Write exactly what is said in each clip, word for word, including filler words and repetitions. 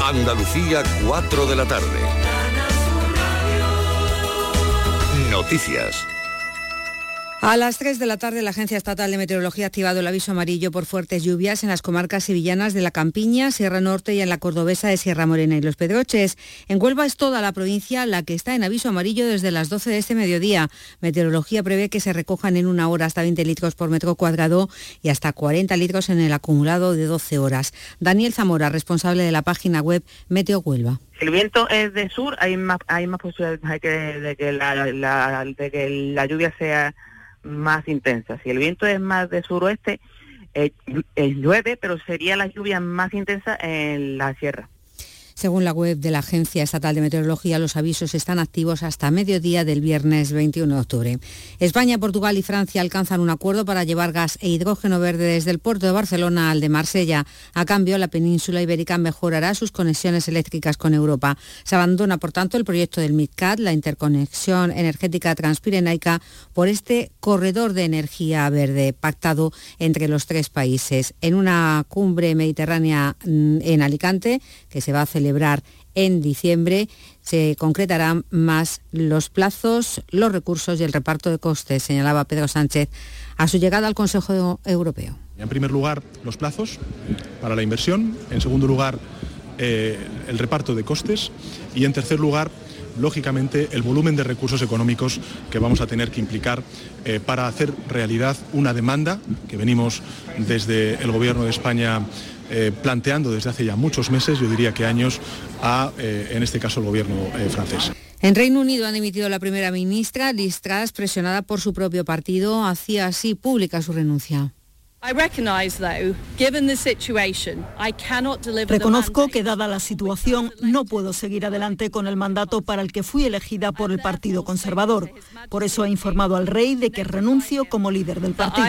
Andalucía, cuatro de la tarde. Noticias. A las tres de la tarde, la Agencia Estatal de Meteorología ha activado el aviso amarillo por fuertes lluvias en las comarcas sevillanas de la Campiña, Sierra Norte y en la cordobesa de Sierra Morena y Los Pedroches. En Huelva es toda la provincia la que está en aviso amarillo desde las doce de este mediodía. Meteorología prevé que se recojan en una hora hasta veinte litros por metro cuadrado y hasta cuarenta litros en el acumulado de doce horas. Daniel Zamora, responsable de la página web Meteo Huelva. Si el viento es de sur, hay más hay más posibilidades de que, de que, la, la, de que la lluvia sea más intensa. Si el viento es más de suroeste, eh, eh, llueve, pero sería la lluvia más intensa en la sierra. Según la web de la Agencia Estatal de Meteorología, los avisos están activos hasta mediodía del viernes veintiuno de octubre. España, Portugal y Francia alcanzan un acuerdo para llevar gas e hidrógeno verde desde el puerto de Barcelona al de Marsella. A cambio, la península ibérica mejorará sus conexiones eléctricas con Europa. Se abandona, por tanto, el proyecto del MidCat, la interconexión energética transpirenaica, por este corredor de energía verde pactado entre los tres países. En una cumbre mediterránea en Alicante, que se va a celebrar celebrar en diciembre, se concretarán más los plazos, los recursos y el reparto de costes, señalaba Pedro Sánchez a su llegada al Consejo Europeo. En primer lugar, los plazos para la inversión. En segundo lugar, eh, el reparto de costes. Y en tercer lugar, lógicamente, el volumen de recursos económicos que vamos a tener que implicar eh, para hacer realidad una demanda que venimos desde el Gobierno de España Eh, planteando desde hace ya muchos meses, yo diría que años, a, eh, en este caso, el gobierno eh, francés. En Reino Unido han dimitido la primera ministra, Liz Truss, presionada por su propio partido, hacía así pública su renuncia. Reconozco que, dada la situación, no puedo seguir adelante con el mandato para el que fui elegida por el Partido Conservador. Por eso he informado al rey de que renuncio como líder del partido.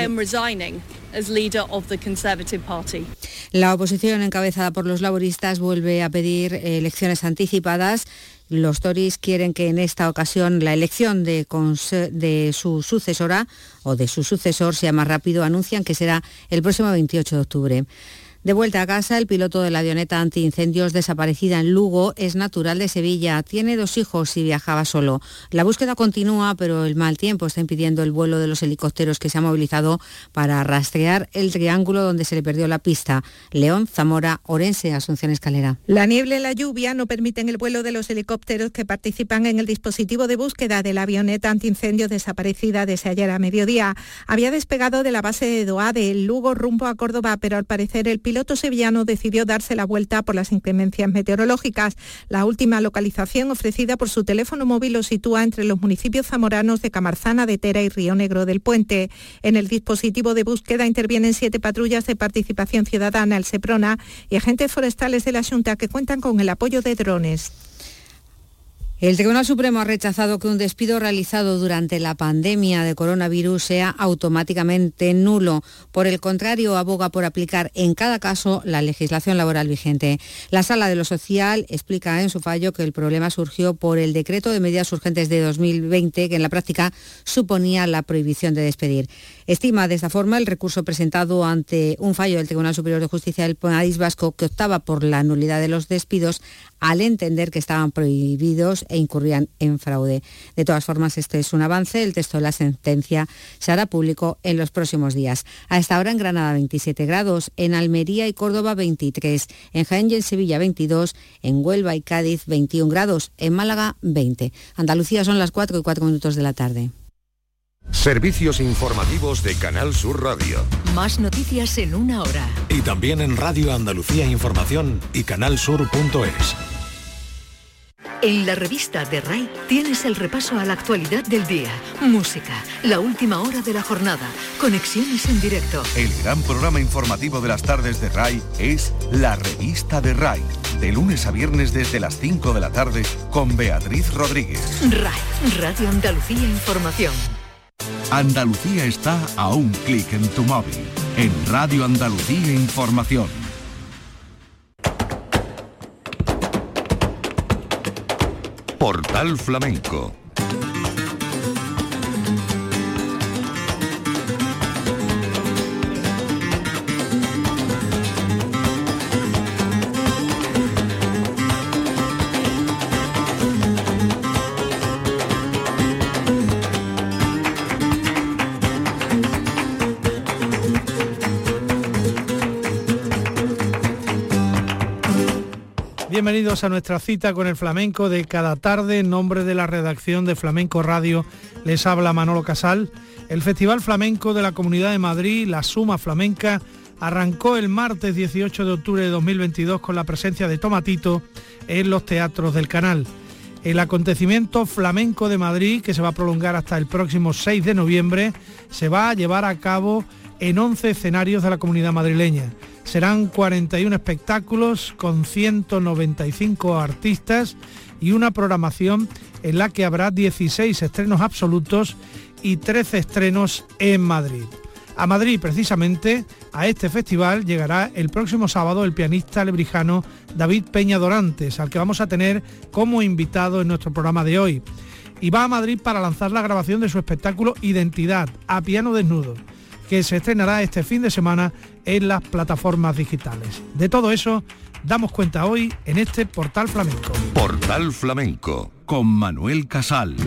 La oposición, encabezada por los laboristas, vuelve a pedir elecciones anticipadas. Los Tories quieren que en esta ocasión la elección de, de su sucesora o de su sucesor sea más rápido. Anuncian que será el próximo veintiocho de octubre. De vuelta a casa, el piloto de la avioneta antiincendios desaparecida en Lugo es natural de Sevilla. Tiene dos hijos y viajaba solo. La búsqueda continúa, pero el mal tiempo está impidiendo el vuelo de los helicópteros que se han movilizado para rastrear el triángulo donde se le perdió la pista. León, Zamora, Orense, Asunción Escalera. La niebla y la lluvia no permiten el vuelo de los helicópteros que participan en el dispositivo de búsqueda de la avioneta antiincendios desaparecida desde ayer a mediodía. Había despegado de la base de Doá de Lugo rumbo a Córdoba, pero al parecer el piloto El piloto sevillano decidió darse la vuelta por las inclemencias meteorológicas. La última localización ofrecida por su teléfono móvil lo sitúa entre los municipios zamoranos de Camarzana de Tera y Río Negro del Puente. En el dispositivo de búsqueda intervienen siete patrullas de participación ciudadana, el Seprona, y agentes forestales de la Xunta que cuentan con el apoyo de drones. El Tribunal Supremo ha rechazado que un despido realizado durante la pandemia de coronavirus sea automáticamente nulo. Por el contrario, aboga por aplicar en cada caso la legislación laboral vigente. La Sala de lo Social explica en su fallo que el problema surgió por el Decreto de Medidas Urgentes de dos mil veinte, que en la práctica suponía la prohibición de despedir. Estima de esta forma el recurso presentado ante un fallo del Tribunal Superior de Justicia del País Vasco, que optaba por la nulidad de los despidos al entender que estaban prohibidos e incurrían en fraude. De todas formas, este es un avance. El texto de la sentencia se hará público en los próximos días. A esta hora en Granada veintisiete grados, en Almería y Córdoba veintitrés, en Jaén y en Sevilla veintidós, en Huelva y Cádiz veintiún grados, en Málaga veinte. Andalucía son las cuatro y cuatro minutos de la tarde. Servicios informativos de Canal Sur Radio. Más noticias en una hora. Y también en Radio Andalucía Información y canalsur punto es. En la revista de R A I tienes el repaso a la actualidad del día, música, la última hora de la jornada, conexiones en directo. El gran programa informativo de las tardes de R A I es La Revista de R A I, de lunes a viernes desde las cinco de la tarde con Beatriz Rodríguez. R A I, Radio Andalucía Información. Andalucía está a un clic en tu móvil. En Radio Andalucía Información. Portal Flamenco. Bienvenidos a nuestra cita con el flamenco de cada tarde. En nombre de la redacción de Flamenco Radio les habla Manolo Casal. El Festival Flamenco de la Comunidad de Madrid, la Suma Flamenca, arrancó el martes dieciocho de octubre de dos mil veintidós con la presencia de Tomatito en los teatros del Canal. El acontecimiento flamenco de Madrid, que se va a prolongar hasta el próximo seis de noviembre, se va a llevar a cabo en once escenarios de la comunidad madrileña. Serán cuarenta y uno espectáculos con ciento noventa y cinco artistas y una programación en la que habrá dieciséis estrenos absolutos y trece estrenos en Madrid. A Madrid, precisamente, a este festival llegará el próximo sábado el pianista lebrijano David Peña Dorantes, al que vamos a tener como invitado en nuestro programa de hoy. Y va a Madrid para lanzar la grabación de su espectáculo Identidad, a piano desnudo, que se estrenará este fin de semana en las plataformas digitales. De todo eso damos cuenta hoy en este Portal Flamenco. Portal Flamenco con Manuel Casal.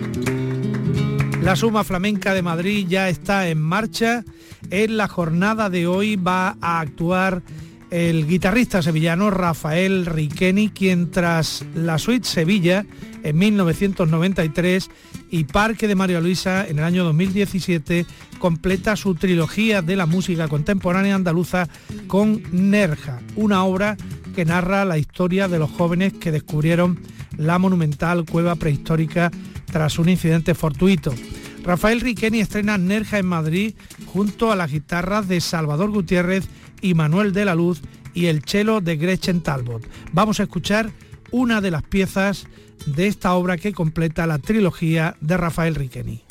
La Suma Flamenca de Madrid ya está en marcha. En la jornada de hoy va a actuar el guitarrista sevillano Rafael Riqueni, quien tras la Suite Sevilla en mil novecientos noventa y tres y Parque de María Luisa en el año dos mil diecisiete, completa su trilogía de la música contemporánea andaluza con Nerja, una obra que narra la historia de los jóvenes que descubrieron la monumental cueva prehistórica tras un incidente fortuito. Rafael Riqueni estrena Nerja en Madrid junto a las guitarras de Salvador Gutiérrez y Manuel de la Luz y el cello de Gretchen Talbot. Vamos a escuchar una de las piezas de esta obra que completa la trilogía de Rafael Riqueni.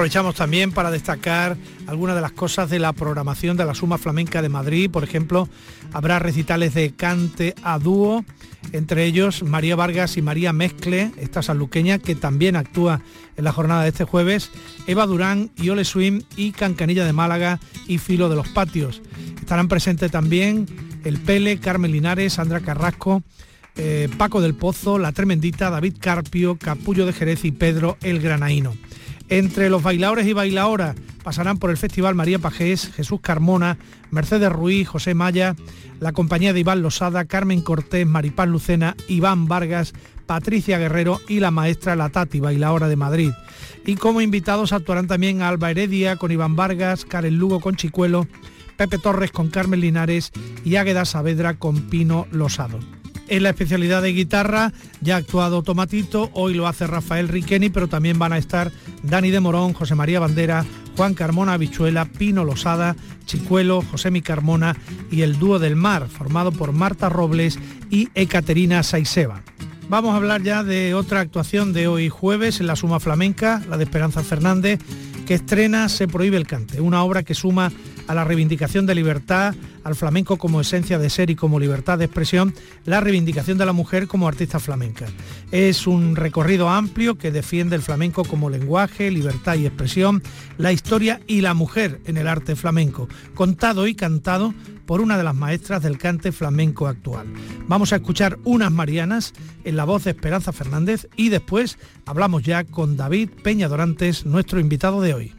Aprovechamos también para destacar algunas de las cosas de la programación de la Suma Flamenca de Madrid. Por ejemplo, habrá recitales de cante a dúo, entre ellos María Vargas y María Mezcle, esta sanluqueña que también actúa en la jornada de este jueves, Eva Durán y Ole Swim y Cancanilla de Málaga y Filo de los Patios. Estarán presentes también El Pele, Carmen Linares, Sandra Carrasco, eh, Paco del Pozo, La Tremendita, David Carpio, Capullo de Jerez y Pedro el Granaíno. Entre los bailadores y bailadoras pasarán por el Festival María Pajés, Jesús Carmona, Mercedes Ruiz, José Maya, la compañía de Iván Losada, Carmen Cortés, Maripaz Lucena, Iván Vargas, Patricia Guerrero y la maestra La Tati, bailadora de Madrid. Y como invitados actuarán también Alba Heredia con Iván Vargas, Karen Lugo con Chicuelo, Pepe Torres con Carmen Linares y Águeda Saavedra con Pino Losado. En la especialidad de guitarra ya ha actuado Tomatito, hoy lo hace Rafael Riqueni, pero también van a estar Dani de Morón, José María Bandera, Juan Carmona Habichuela, Pino Losada, Chicuelo, Josemi Carmona y el Dúo del Mar, formado por Marta Robles y Ecaterina Saiseva. Vamos a hablar ya de otra actuación de hoy jueves en la Suma Flamenca, la de Esperanza Fernández, que estrena Se prohíbe el cante, una obra que suma a la reivindicación de libertad, al flamenco como esencia de ser y como libertad de expresión, la reivindicación de la mujer como artista flamenca. Es un recorrido amplio que defiende el flamenco como lenguaje, libertad y expresión, la historia y la mujer en el arte flamenco, contado y cantado por una de las maestras del cante flamenco actual. Vamos a escuchar unas marianas en la voz de Esperanza Fernández y después hablamos ya con David Peña Dorantes, nuestro invitado de hoy.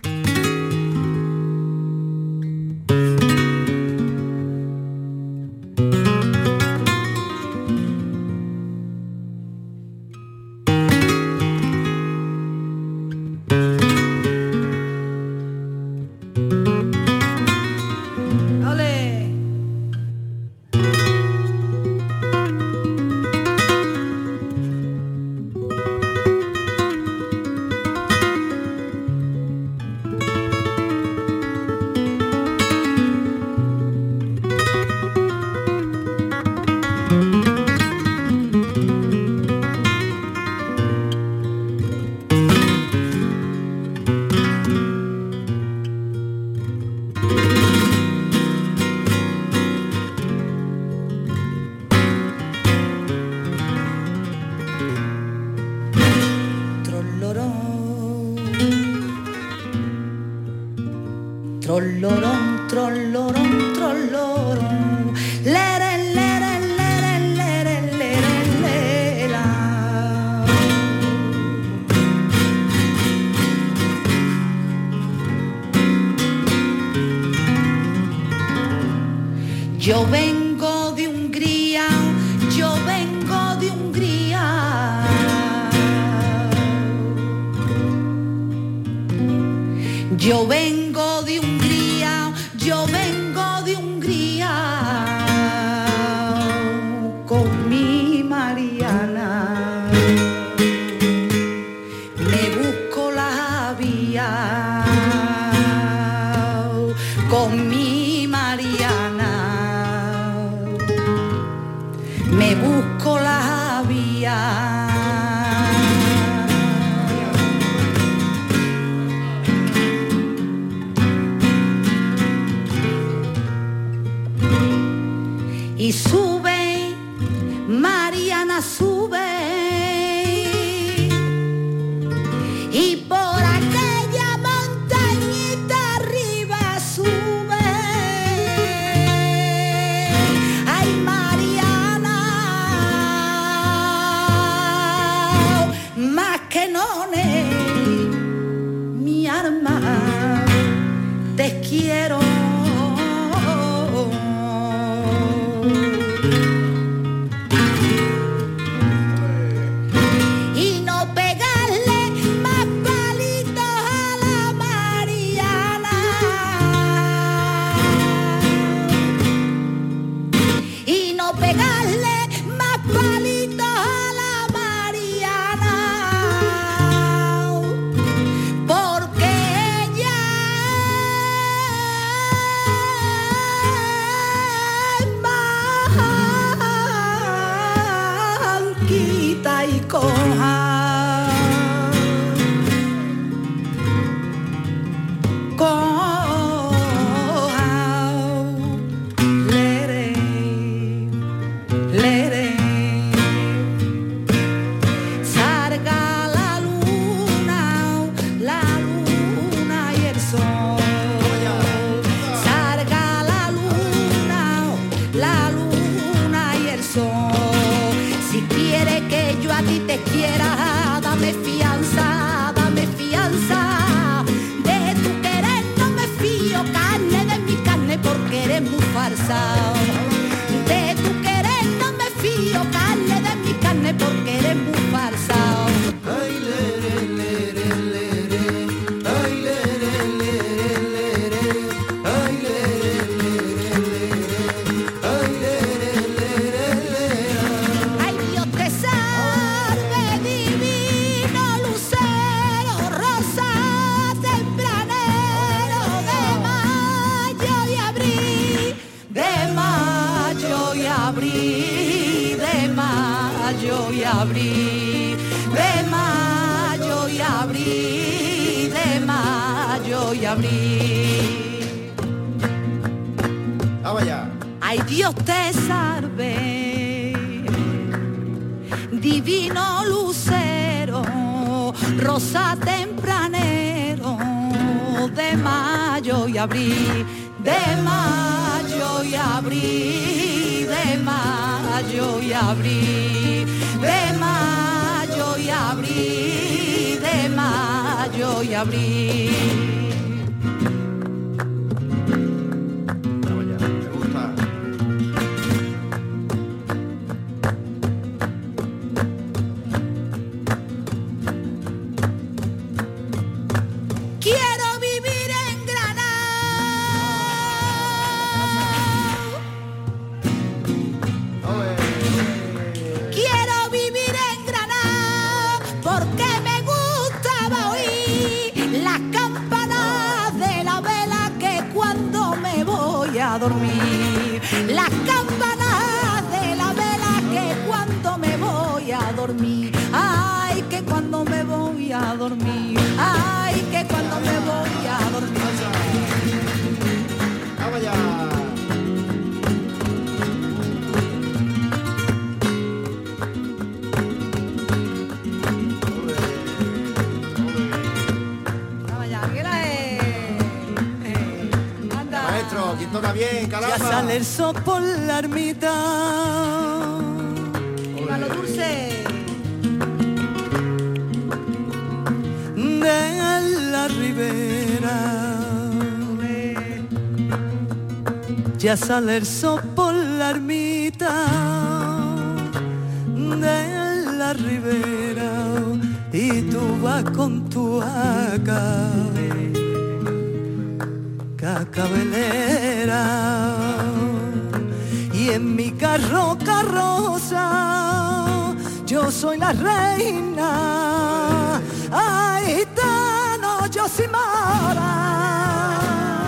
Trollorón, trollorón, trollorón, lere, lere, lere, lere, lere, lera. Yo vengo de Hungría, yo vengo de Hungría. Yo vengo de Hungría, yo vengo de Hungría con mi Mariana. Me busco la vía con mi Mariana. Me busco la vía. Y sube, Mariana sube, y por aquella montañita arriba sube. Ay, Mariana, más que no mi arma, te quiero. que quiera, dame fianza, dame fianza. De tu querer no me fío, carne de mi carne porque eres muy farsa. De tu querer no me fío, carne de mi carne porque eres muy farsa. Ay, lere, lere, lere, ay, lere, lere, lere, ay, lere, lere, lere, ay, lere, lere, lere. Ay, Dios te salve, divino lucero, rosa tempranero de mayo y abril, de mayo y abril, de mayo y abril, de mayo y abril, de mayo y abril. Vamos allá. Ay, Dios te salve, divino lucero, rosa tempranero de mayo y abril, de mayo y abril, de mayo y abril, de mayo y abril, de mayo y abril. Vamos allá, me gusta. Quiero vivir en Granada. Quiero vivir en Granada porque me gustaba oír las campanas de la vela que cuando me voy a dormir. Las campanas de la vela que cuando me voy a dormir. Ay, que cuando me voy a dormir. Ay, que cuando me voy a dormir. Vamos allá. Vamos allá, ¿qué la es? Eh, anda. Maestro, ¿quién toca bien? Caramba. Ya sale el sol por la ermita. ¡Viva lo dulce! De la ribera. Ya sale el sol por la ermita de la ribera y tú vas con tu aca, cacabelera, y en mi carro carroza yo soy la reina. Ay, gitano, yo soy mora,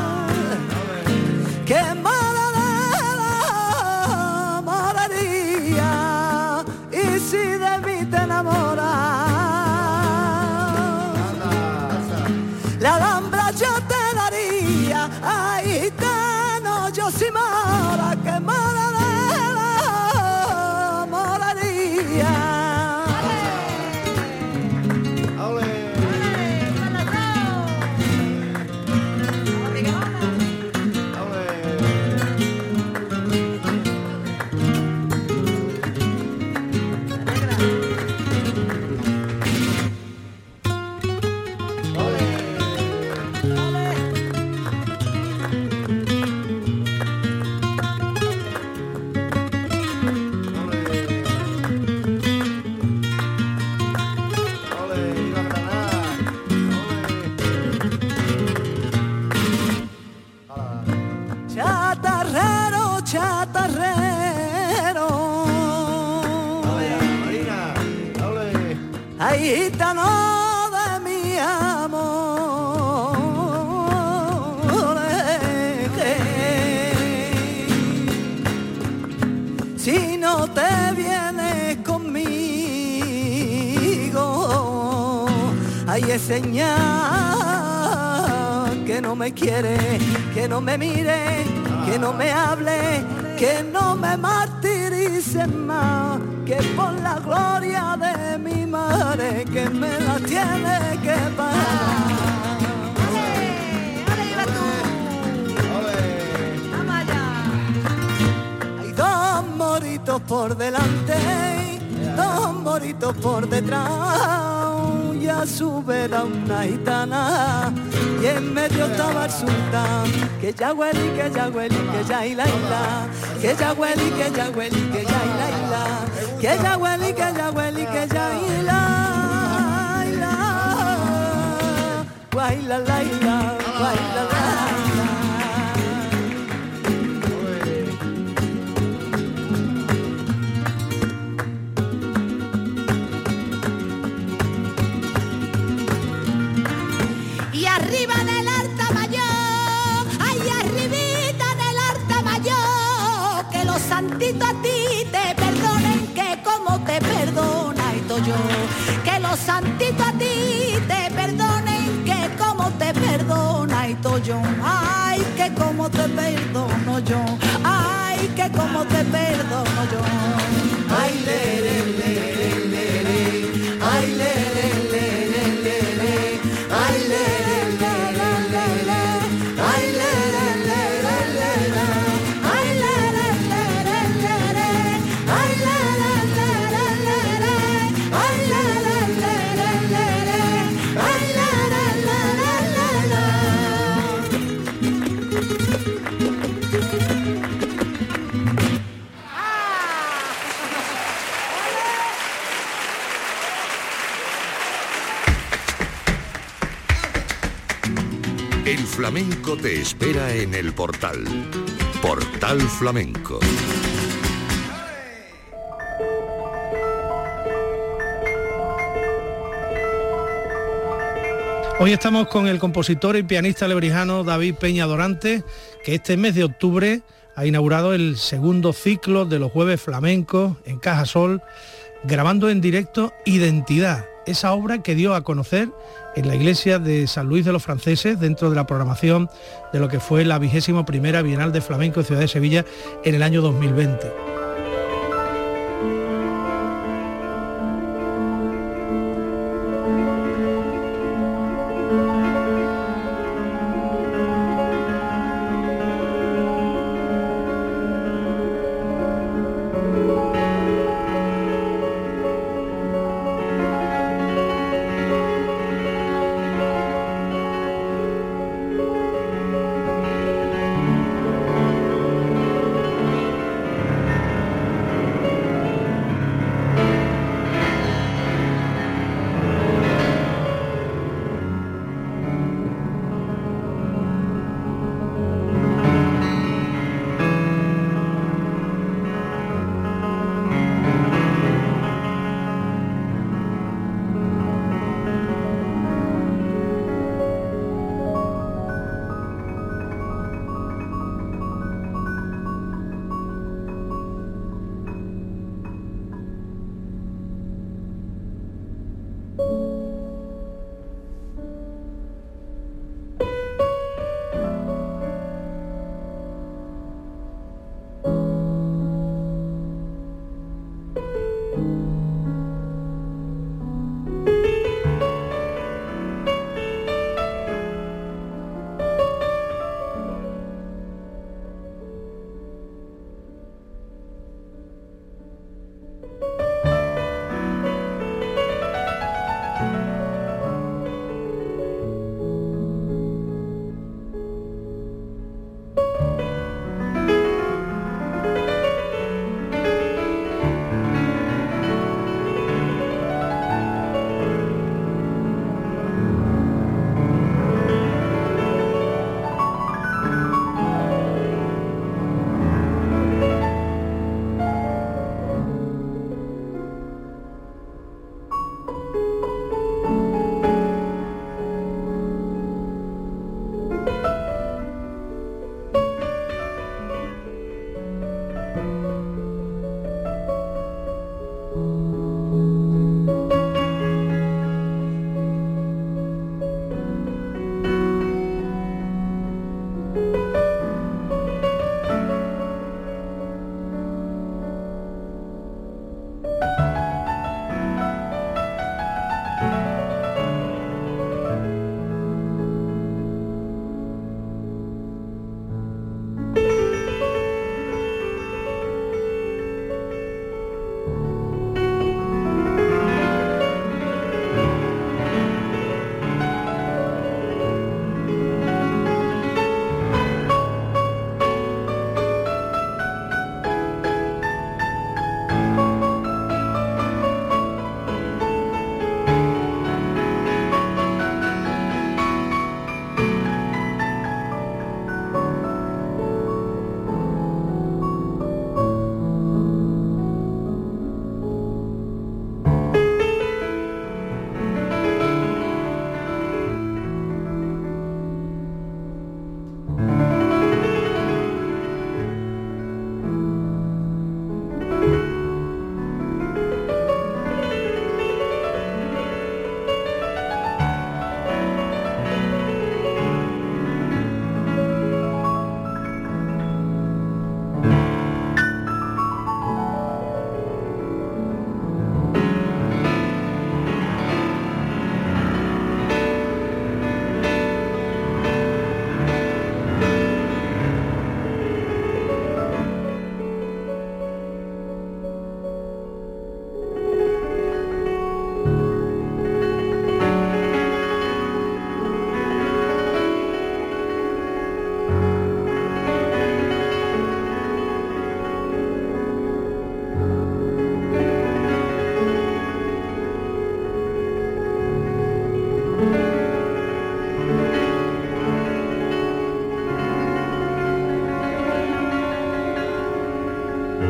que mora de la moraría, y si de mí te enamoras, la alhambra yo te daría. Ay, gitano, yo soy mora, que mora de la moraría. Chatarrero, chatarrero. Ay, gitano de mi amor, que si no te vienes conmigo, ay, es señal que no me quiere, que no me mire, que no me hable, que no me martirice más, que por la gloria de mi madre que me la tiene que pagar. Hay dos moritos por delante tamborito por detrás, y a su vera una gitana, y en medio estaba el sultán, que ya huele, que ya huele, que ya ila ila, que ya huele, que ya huele, que ya ila ila, que ya huele, que ya huele, que ya ila ila, guayla la ila, guayla la. Arriba en el alta mayor, ahí arribita en el alta mayor, que los santitos a ti te perdonen, que como te perdona y yo, que los santitos a ti te perdonen, que como te perdona y yo, ay, que como te perdono yo, ay, que como te perdono yo, ay, le, le, le, le, le, ay, le, le, le, le, le, le, ay, le. El flamenco te espera en el Portal. Portal Flamenco. Hoy estamos con el compositor y pianista lebrijano David Peña Dorante, que este mes de octubre ha inaugurado el segundo ciclo de los Jueves Flamencos en Cajasol, grabando en directo Identidad, esa obra que dio a conocer en la iglesia de San Luis de los Franceses dentro de la programación de lo que fue la vigésima primera Bienal de Flamenco de Ciudad de Sevilla en el año dos mil veinte.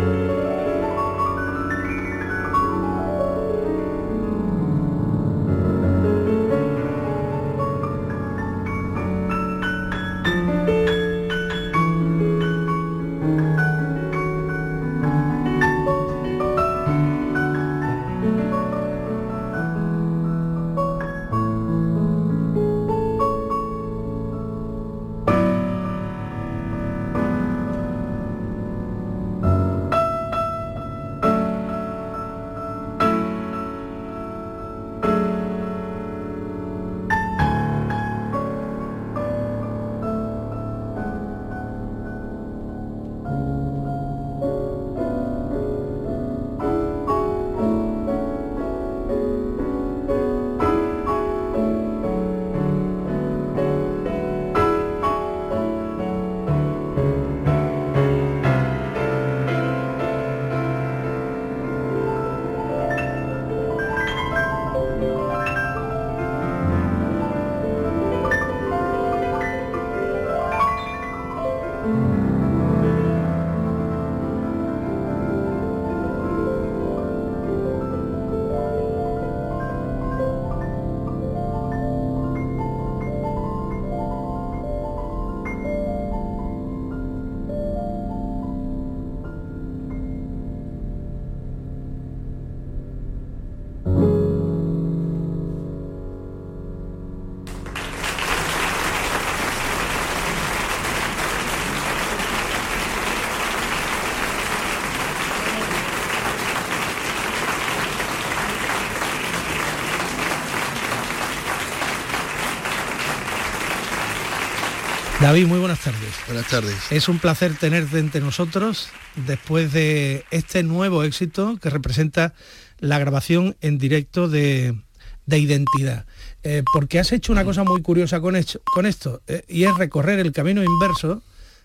David, muy buenas tardes. Buenas tardes. Es un placer tenerte entre nosotros después de este nuevo éxito que representa la grabación en directo de, de Identidad. Eh, porque has hecho una cosa muy curiosa con, hecho, con esto, eh, y es recorrer el camino inverso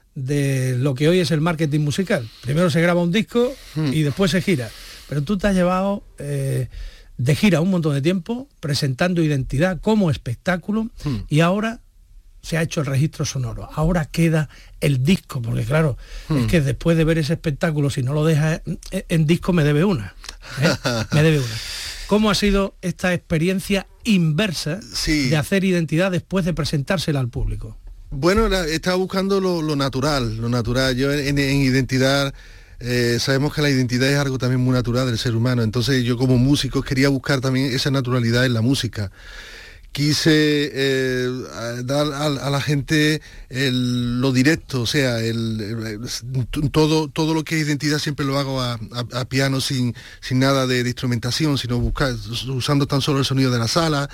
de lo que hoy es el marketing musical. Primero se graba un disco hmm. y después se gira. Pero tú te has llevado eh, de gira un montón de tiempo presentando Identidad como espectáculo hmm. y ahora se ha hecho el registro sonoro. Ahora queda el disco, porque claro, hmm. es que después de ver ese espectáculo, si no lo dejas en, en disco, me debe una. ¿eh? me debe una. ¿Cómo ha sido esta experiencia inversa sí. de hacer Identidad después de presentársela al público? Bueno, la, estaba buscando lo, lo natural, lo natural. Yo en, en Identidad eh, sabemos que la identidad es algo también muy natural del ser humano. Entonces yo como músico quería buscar también esa naturalidad en la música. Quise eh, dar a, a la gente el, lo directo, o sea, el, el, todo, todo lo que es Identidad siempre lo hago a, a, a piano sin, sin nada de, de instrumentación, sino buscar, usando tan solo el sonido de la sala,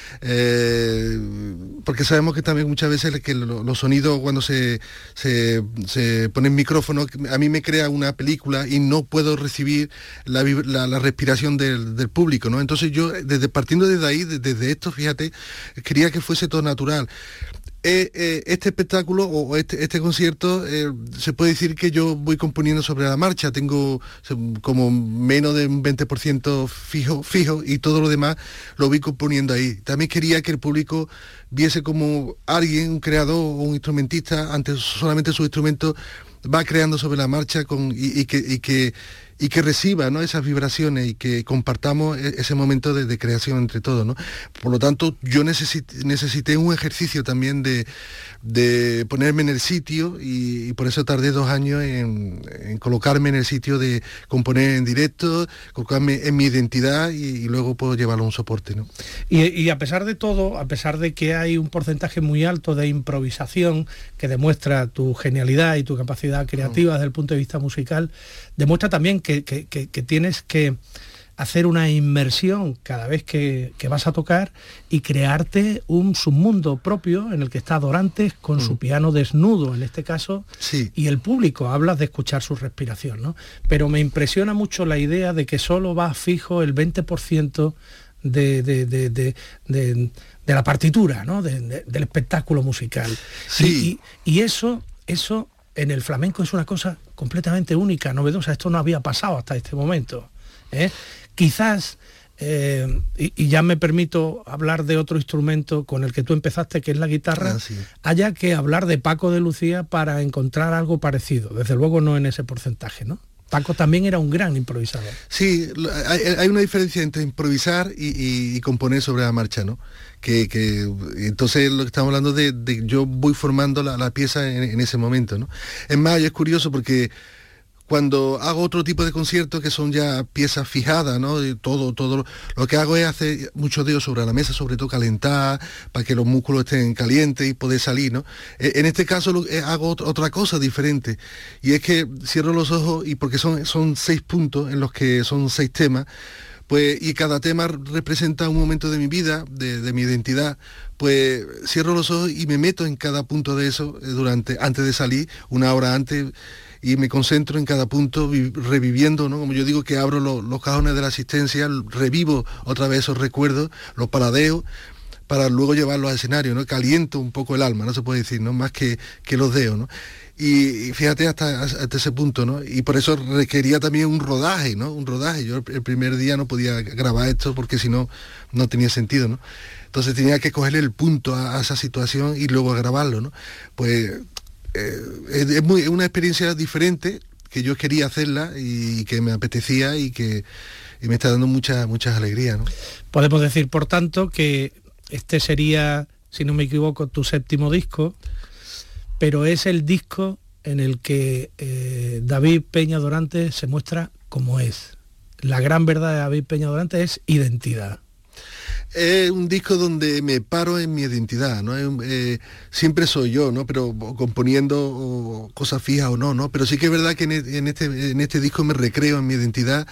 eh, porque sabemos que también muchas veces que lo, los sonidos cuando se, se, se ponen micrófonos, a mí me crea una película y no puedo recibir la, la, la respiración del, del público, ¿no? Entonces yo, desde partiendo desde ahí, desde, desde esto, fíjate, quería que fuese todo natural. Eh, eh, este espectáculo o este, este concierto eh, se puede decir que yo voy componiendo sobre la marcha, tengo como menos de un veinte por ciento fijo, fijo y todo lo demás lo voy componiendo ahí. También quería que el público viese como alguien, un creador o un instrumentista, ante solamente su instrumento, va creando sobre la marcha con, y, y que... Y que y que reciba, ¿no?, esas vibraciones y que compartamos ese momento de, de creación entre todos, ¿no? Por lo tanto, yo necesité, necesité un ejercicio también de, de ponerme en el sitio y, y por eso tardé dos años en, en colocarme en el sitio de componer en directo, colocarme en mi identidad y, y luego puedo llevarlo a un soporte, ¿no? Y, y a pesar de todo, a pesar de que hay un porcentaje muy alto de improvisación que demuestra tu genialidad y tu capacidad creativa desde el punto de vista musical, demuestra también que, que, que, que tienes que hacer una inmersión cada vez que, que vas a tocar y crearte un submundo propio en el que está Dorantes con mm. su piano desnudo, en este caso, sí. y el público, hablas de escuchar su respiración, ¿no? Pero me impresiona mucho la idea de que solo va fijo el veinte por ciento de, de, de, de, de, de la partitura, ¿no? de, de, del espectáculo musical. Sí. Y, y, y eso, eso en el flamenco es una cosa completamente única, novedosa. Esto no había pasado hasta este momento, ¿eh? Quizás, eh, y, y ya me permito hablar de otro instrumento con el que tú empezaste, que es la guitarra, ah, sí. haya que hablar de Paco de Lucía para encontrar algo parecido. Desde luego no en ese porcentaje, ¿no? Paco también era un gran improvisador. Sí, hay, hay una diferencia entre improvisar y, y, y componer sobre la marcha, ¿no? Que, que entonces lo que estamos hablando de, de yo voy formando la, la pieza en, en ese momento, ¿no? Es más, es curioso porque cuando hago otro tipo de conciertos que son ya piezas fijadas, ¿no? Y todo, todo lo, lo que hago es hacer mucho dedo sobre la mesa, sobre todo calentar, para que los músculos estén calientes y poder salir, ¿no? En este caso lo, eh, hago otra, otra cosa diferente, y es que cierro los ojos, y porque son, son seis puntos en los que son seis temas, pues, y cada tema representa un momento de mi vida, de, de mi identidad, pues cierro los ojos y me meto en cada punto de eso eh, durante, antes de salir, una hora antes, y me concentro en cada punto, reviviendo, ¿no? Como yo digo, que abro lo, los cajones de la asistencia, revivo otra vez esos recuerdos, los paladeo, para luego llevarlos al escenario, ¿no? Caliento un poco el alma, no se puede decir, ¿no? Más que, que los dedos, ¿no? Y, y fíjate hasta, hasta ese punto, ¿no? Y por eso requería también un rodaje, ¿no? Un rodaje. Yo el primer día no podía grabar esto porque si no, no tenía sentido, ¿no? Entonces tenía que cogerle el punto a, a esa situación y luego grabarlo, ¿no? Pues eh, es, es, muy, es una experiencia diferente, que yo quería hacerla y que me apetecía y que y me está dando muchas muchas alegrías, ¿no? Podemos decir, por tanto, que este sería, si no me equivoco, tu séptimo disco, pero es el disco en el que eh, David Peña Dorante se muestra como es. La gran verdad de David Peña Dorante es identidad. Es un disco donde me paro en mi identidad, ¿no? Eh, siempre soy yo, ¿no? Pero componiendo cosas fijas o no, ¿no? Pero sí que es verdad que en este, en este disco me recreo en mi identidad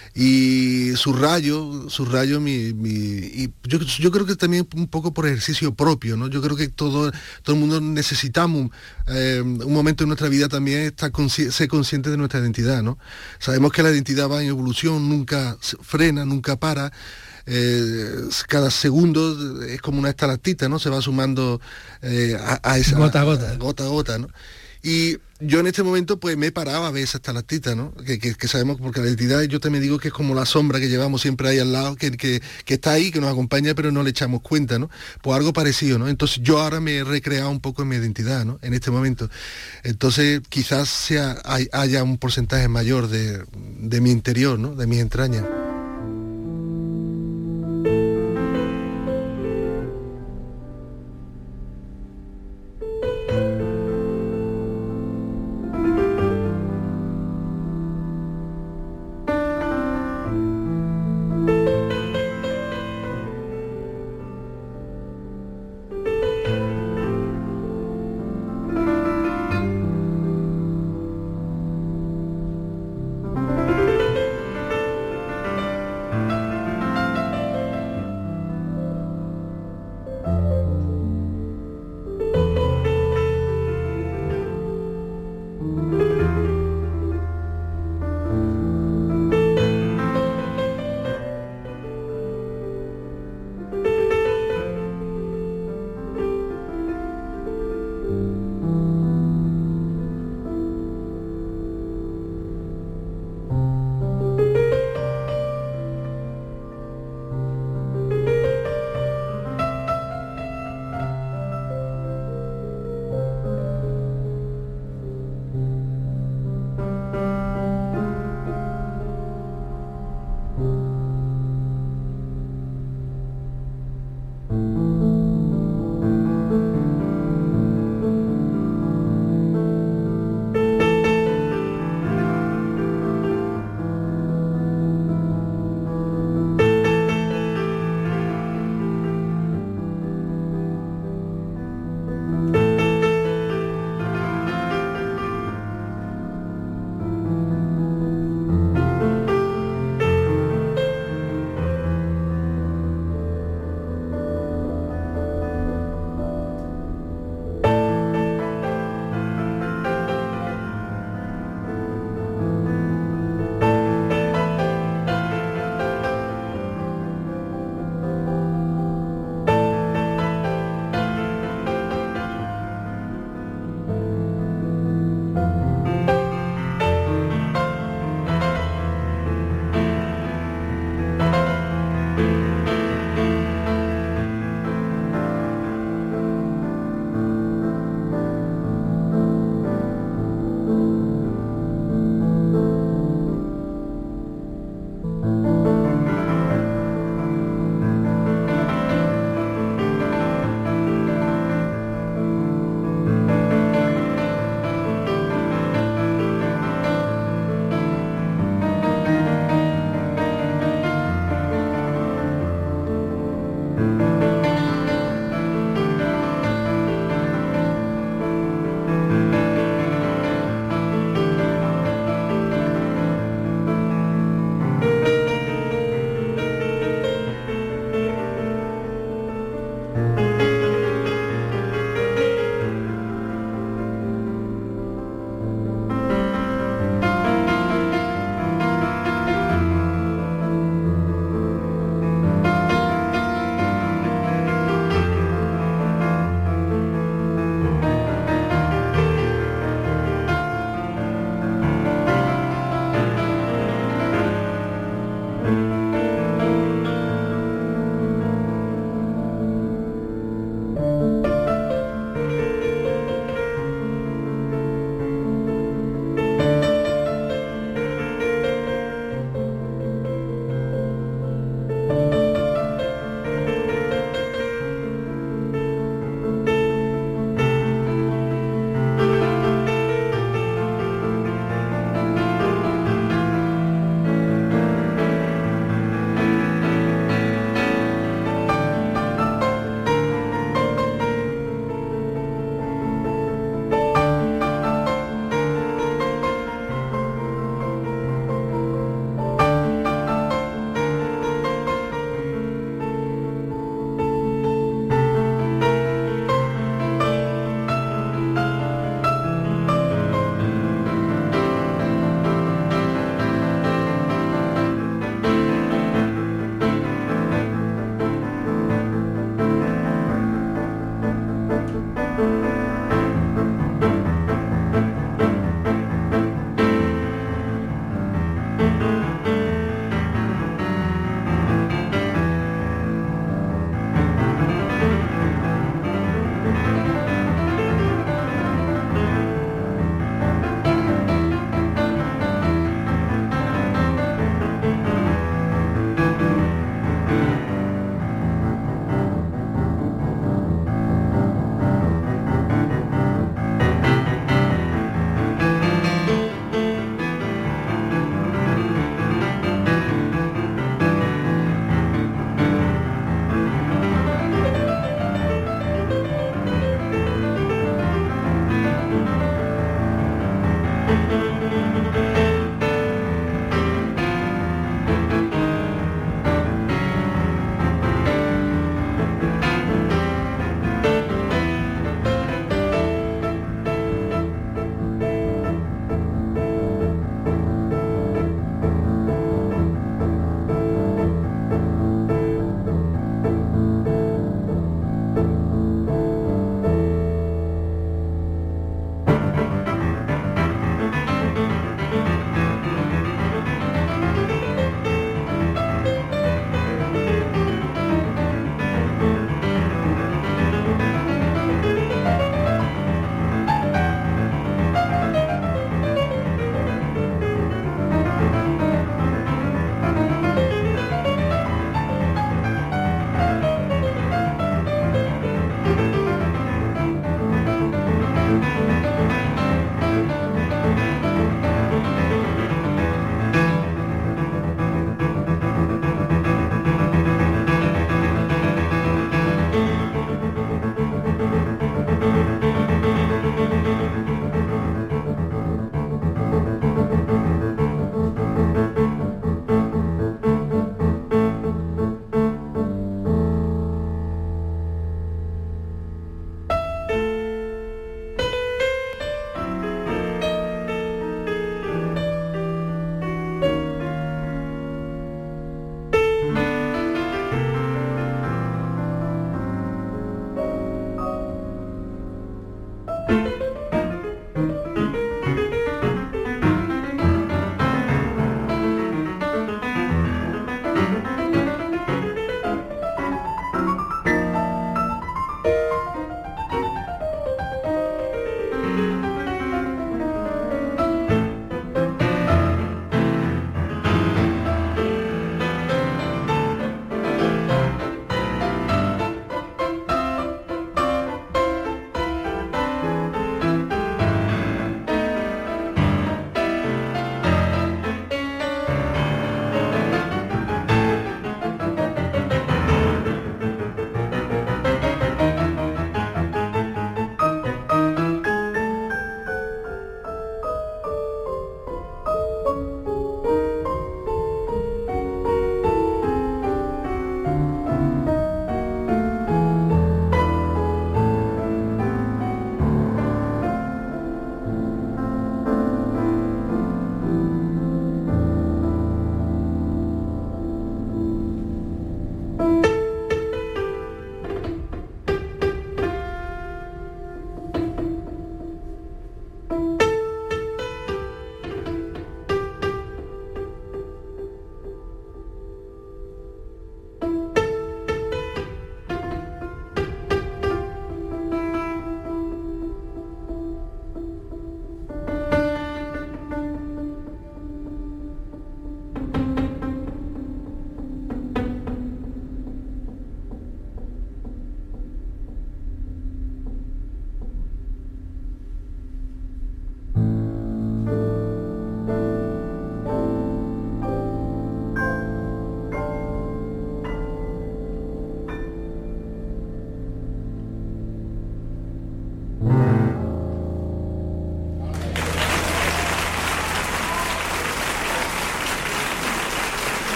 y subrayo, subrayo mi... mi y yo, yo creo que también un poco por ejercicio propio, ¿no? Yo creo que todo, todo el mundo necesitamos eh, un momento en nuestra vida también estar consci- ser consciente de nuestra identidad, ¿no? Sabemos que la identidad va en evolución, nunca frena, nunca para. Eh, cada segundo es como una estalactita, ¿no? Se va sumando eh, a, a esa... Gota a gota. A, gota a gota, ¿no? Y yo en este momento pues me paraba a ver esa estalactita, ¿no? Que, que, que sabemos, porque la identidad yo también digo que es como la sombra que llevamos siempre ahí al lado, que, que, que está ahí, que nos acompaña, pero no le echamos cuenta, ¿no? Pues algo parecido, ¿no? Entonces yo ahora me he recreado un poco en mi identidad, ¿no? En este momento. Entonces quizás sea, hay, haya un porcentaje mayor de, de mi interior, ¿no? De mis entrañas.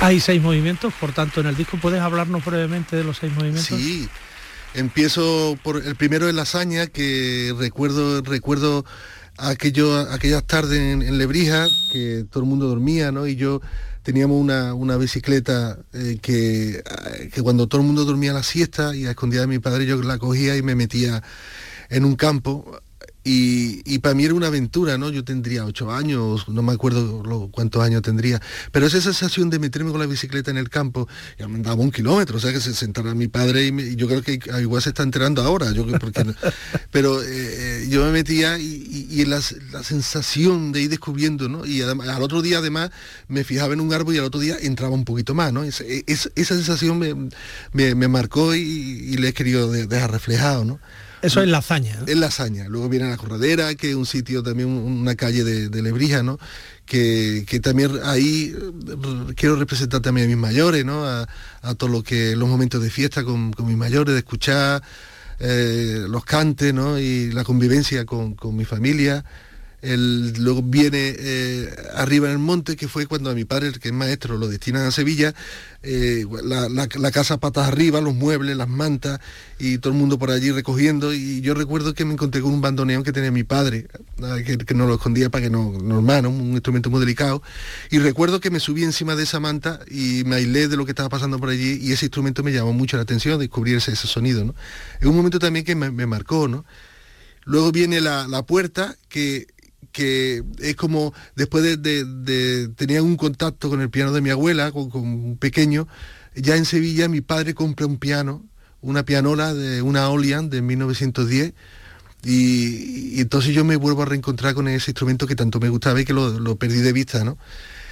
Hay seis movimientos, por tanto, en el disco. ¿Puedes hablarnos brevemente de los seis movimientos? Sí, empiezo por el primero de Lasaña, que recuerdo, recuerdo aquello, aquellas tardes en, en Lebrija, que todo el mundo dormía, ¿no? Y yo teníamos una, una bicicleta eh, que, que cuando todo el mundo dormía la siesta, y a escondidas de mi padre, yo la cogía y me metía en un campo. Y, y para mí era una aventura, ¿no? Yo tendría ocho años, no me acuerdo lo, cuántos años tendría, pero esa sensación de meterme con la bicicleta en el campo, y andaba un kilómetro, o sea que se sentara mi padre y, me, y yo creo que igual se está enterando ahora, yo porque no, pero eh, yo me metía y, y, y la, la sensación de ir descubriendo, ¿no? Y además, al otro día además me fijaba en un árbol y al otro día entraba un poquito más, ¿no? Esa, esa, esa sensación me, me, me marcó y, y le he querido de, dejar reflejado, ¿no? Eso es Lasaña, ¿no? Es Lasaña. Luego viene La Corredera, que es un sitio también, una calle de, de Lebrija, ¿no? Que, que también ahí quiero representar también a mis mayores, ¿no? A, a todo lo que, los momentos de fiesta con, con mis mayores, de escuchar eh, los cantes, ¿no? Y la convivencia con, con mi familia. El, luego viene eh, Arriba en el Monte, que fue cuando a mi padre, que es maestro, lo destinan a Sevilla, eh, la, la, la casa patas arriba, los muebles, las mantas, y todo el mundo por allí recogiendo, y yo recuerdo que me encontré con un bandoneón que tenía mi padre, que, que no lo escondía para que no, normal, ¿no? Un instrumento muy delicado, y recuerdo que me subí encima de esa manta y me aislé de lo que estaba pasando por allí, y ese instrumento me llamó mucho la atención, descubrir ese, ese sonido, ¿no? Es un momento también que me, me marcó, ¿no? Luego viene la, la Puerta, que que es como después de, de, de tenía un contacto con el piano de mi abuela, con, con un pequeño, ya en Sevilla mi padre compra un piano, una pianola de una Olian de mil novecientos diez, y, y entonces yo me vuelvo a reencontrar con ese instrumento que tanto me gustaba y que lo, lo perdí de vista, ¿no?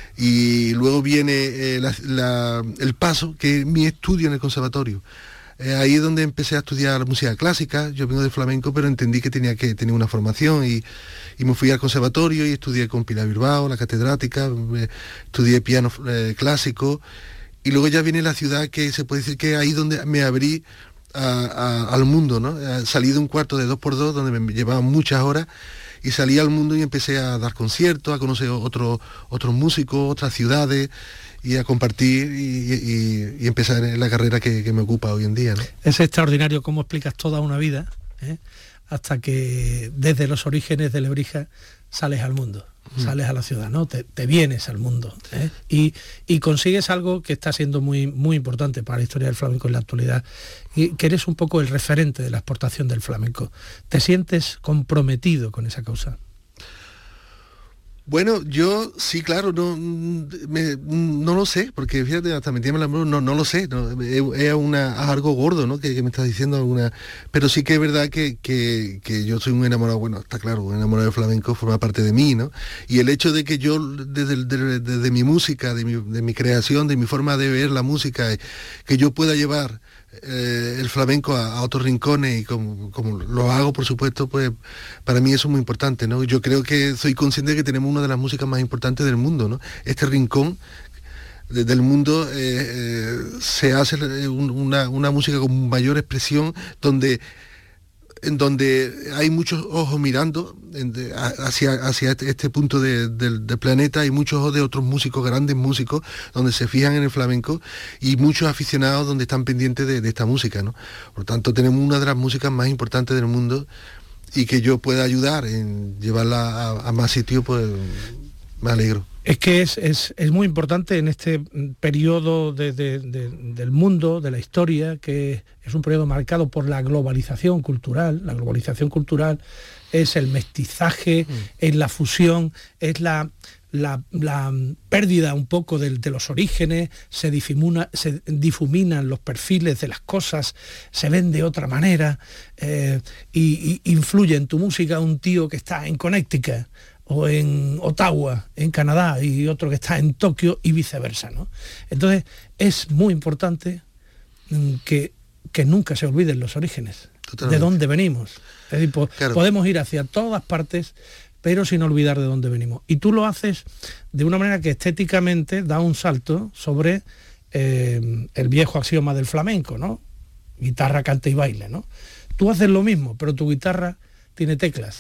Y luego viene eh, la, la, el paso, que es mi estudio en el conservatorio. Eh, ahí es donde empecé a estudiar música clásica. Yo vengo de flamenco, pero entendí que tenía que tener una formación y, y me fui al conservatorio y estudié con Pilar Bilbao, la catedrática, eh, estudié piano eh, clásico, y luego ya viene la ciudad, que se puede decir que ahí donde me abrí a, a, al mundo, ¿no? Salí de un cuarto de dos por dos donde me llevaban muchas horas y salí al mundo y empecé a dar conciertos, a conocer otros otros músicos, otras ciudades, y a compartir y, y, y empezar en la carrera que, que me ocupa hoy en día, ¿no? Es extraordinario cómo explicas toda una vida, ¿eh? Hasta que desde los orígenes de Lebrija sales al mundo, mm. sales a la ciudad, ¿no? Te, te vienes al mundo, ¿eh? y, y consigues algo que está siendo muy, muy importante para la historia del flamenco en la actualidad, y que eres un poco el referente de la exportación del flamenco. ¿Te sientes comprometido con esa causa? Bueno, yo sí, claro, no, me, no lo sé, porque fíjate, hasta me tiembla la mano, no, no lo sé, no, es, es, una, es algo gordo, ¿no? Que, que me estás diciendo alguna, pero sí que es verdad que, que, que yo soy un enamorado, bueno, está claro, un enamorado del flamenco forma parte de mí, ¿no? Y el hecho de que yo, desde, desde, desde mi música, de mi, de mi creación, de mi forma de ver la música, que yo pueda llevar Eh, el flamenco a, a otros rincones, y como, como lo hago, por supuesto, pues para mí eso es muy importante, ¿no? Yo creo que soy consciente de que tenemos una de las músicas más importantes del mundo, ¿no? Este rincón de, del mundo eh, eh, se hace un, una, una música con mayor expresión, donde en donde hay muchos ojos mirando en, de, hacia, hacia este, este punto de, de, del planeta, hay muchos ojos de otros músicos, grandes músicos, donde se fijan en el flamenco, y muchos aficionados donde están pendientes de, de esta música, ¿no? Por tanto, tenemos una de las músicas más importantes del mundo, y que yo pueda ayudar en llevarla a, a más sitios, pues me alegro. Es que es, es, es muy importante en este periodo de, de, de, del mundo, de la historia, que es un periodo marcado por la globalización cultural. La globalización cultural es el mestizaje, mm. es la fusión, es la, la, la pérdida un poco de, de los orígenes, se, difumina, se difuminan los perfiles de las cosas, se ven de otra manera, eh, y, y influye en tu música un tío que está en Connecticut, o en Ottawa, en Canadá, y otro que está en Tokio, y viceversa, ¿no? Entonces, es muy importante que, que nunca se olviden los orígenes, totalmente, de dónde venimos. Es decir, po claro. podemos ir hacia todas partes, pero sin olvidar de dónde venimos. Y tú lo haces de una manera que estéticamente da un salto sobre eh, el viejo axioma del flamenco, ¿no? Guitarra, cante y baile, ¿no? Tú haces lo mismo, pero tu guitarra tiene teclas,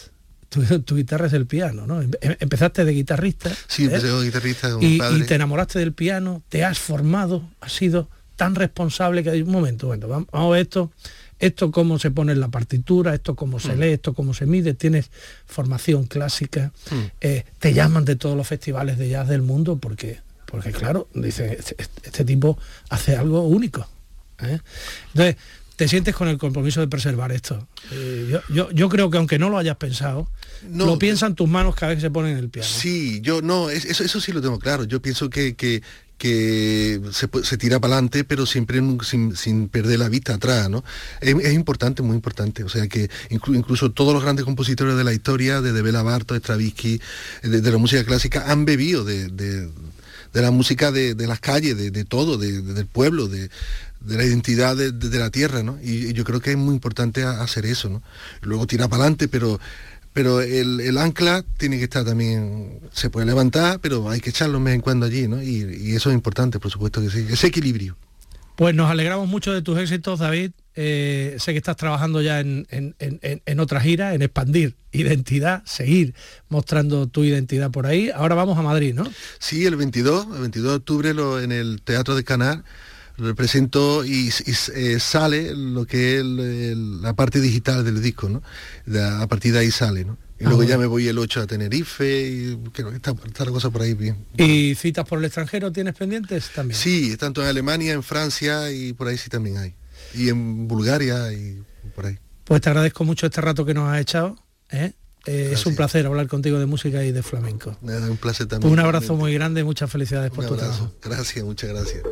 tu, tu guitarra es el piano, ¿no? Em- Empezaste de guitarrista. Sí, empecé ¿eh? como guitarrista con y, mi padre. y te enamoraste del piano, te has formado, has sido tan responsable que hay un momento, bueno, vamos, vamos a ver esto, esto cómo se pone en la partitura, esto cómo se Mm. lee, esto cómo se mide, tienes formación clásica, Mm. eh, te llaman de todos los festivales de jazz del mundo porque, porque claro, dicen, este, este tipo hace algo único. ¿eh? Entonces, te sientes con el compromiso de preservar esto. Eh, yo, yo, yo creo que aunque no lo hayas pensado, No, lo piensan tus manos cada vez que se ponen en el piano. Sí, yo no, es- eso, eso sí lo tengo claro. Yo pienso que, que, que se, pu- se tira para adelante, pero siempre en- sin, sin perder la vista atrás, ¿no? Es, es importante, muy importante. O sea que inclu- incluso todos los grandes compositores de la historia, desde Bela Bartok, Stravinsky, de, de la música clásica, han bebido de, de- de la música de, de las calles, de, de todo, de- de- del pueblo, de, de la identidad de, de- de la tierra, ¿no? Y, y yo creo que es muy importante a- hacer eso, ¿no? Luego tira para adelante, pero pero el, el ancla tiene que estar también, se puede levantar, pero hay que echarlo de vez en cuando allí, ¿no? Y, y eso es importante, por supuesto que sí, ese equilibrio. Pues nos alegramos mucho de tus éxitos, David. Eh, sé que estás trabajando ya en, en, en, en otra gira, en expandir identidad, seguir mostrando tu identidad por ahí. Ahora vamos a Madrid, ¿no? Sí, el veintidós, el veintidós de octubre lo, en el Teatro de Canal represento y, y eh, sale lo que es el- el- la parte digital del disco, ¿no? La- a partir de ahí sale, ¿no? Y Ah, luego bueno. ya me voy el ocho a Tenerife y creo que está, está la cosa por ahí bien. ¿Y citas por el extranjero tienes pendientes también? Sí, tanto en Alemania, en Francia y por ahí sí también hay. Y en Bulgaria y por ahí. Pues te agradezco mucho este rato que nos has echado. ¿eh? Eh, es un Gracias. placer hablar contigo de música y de flamenco. Nada, un placer Pues también. un abrazo muy grande y muchas felicidades por Un tu abrazo. trabajo. Gracias, muchas gracias.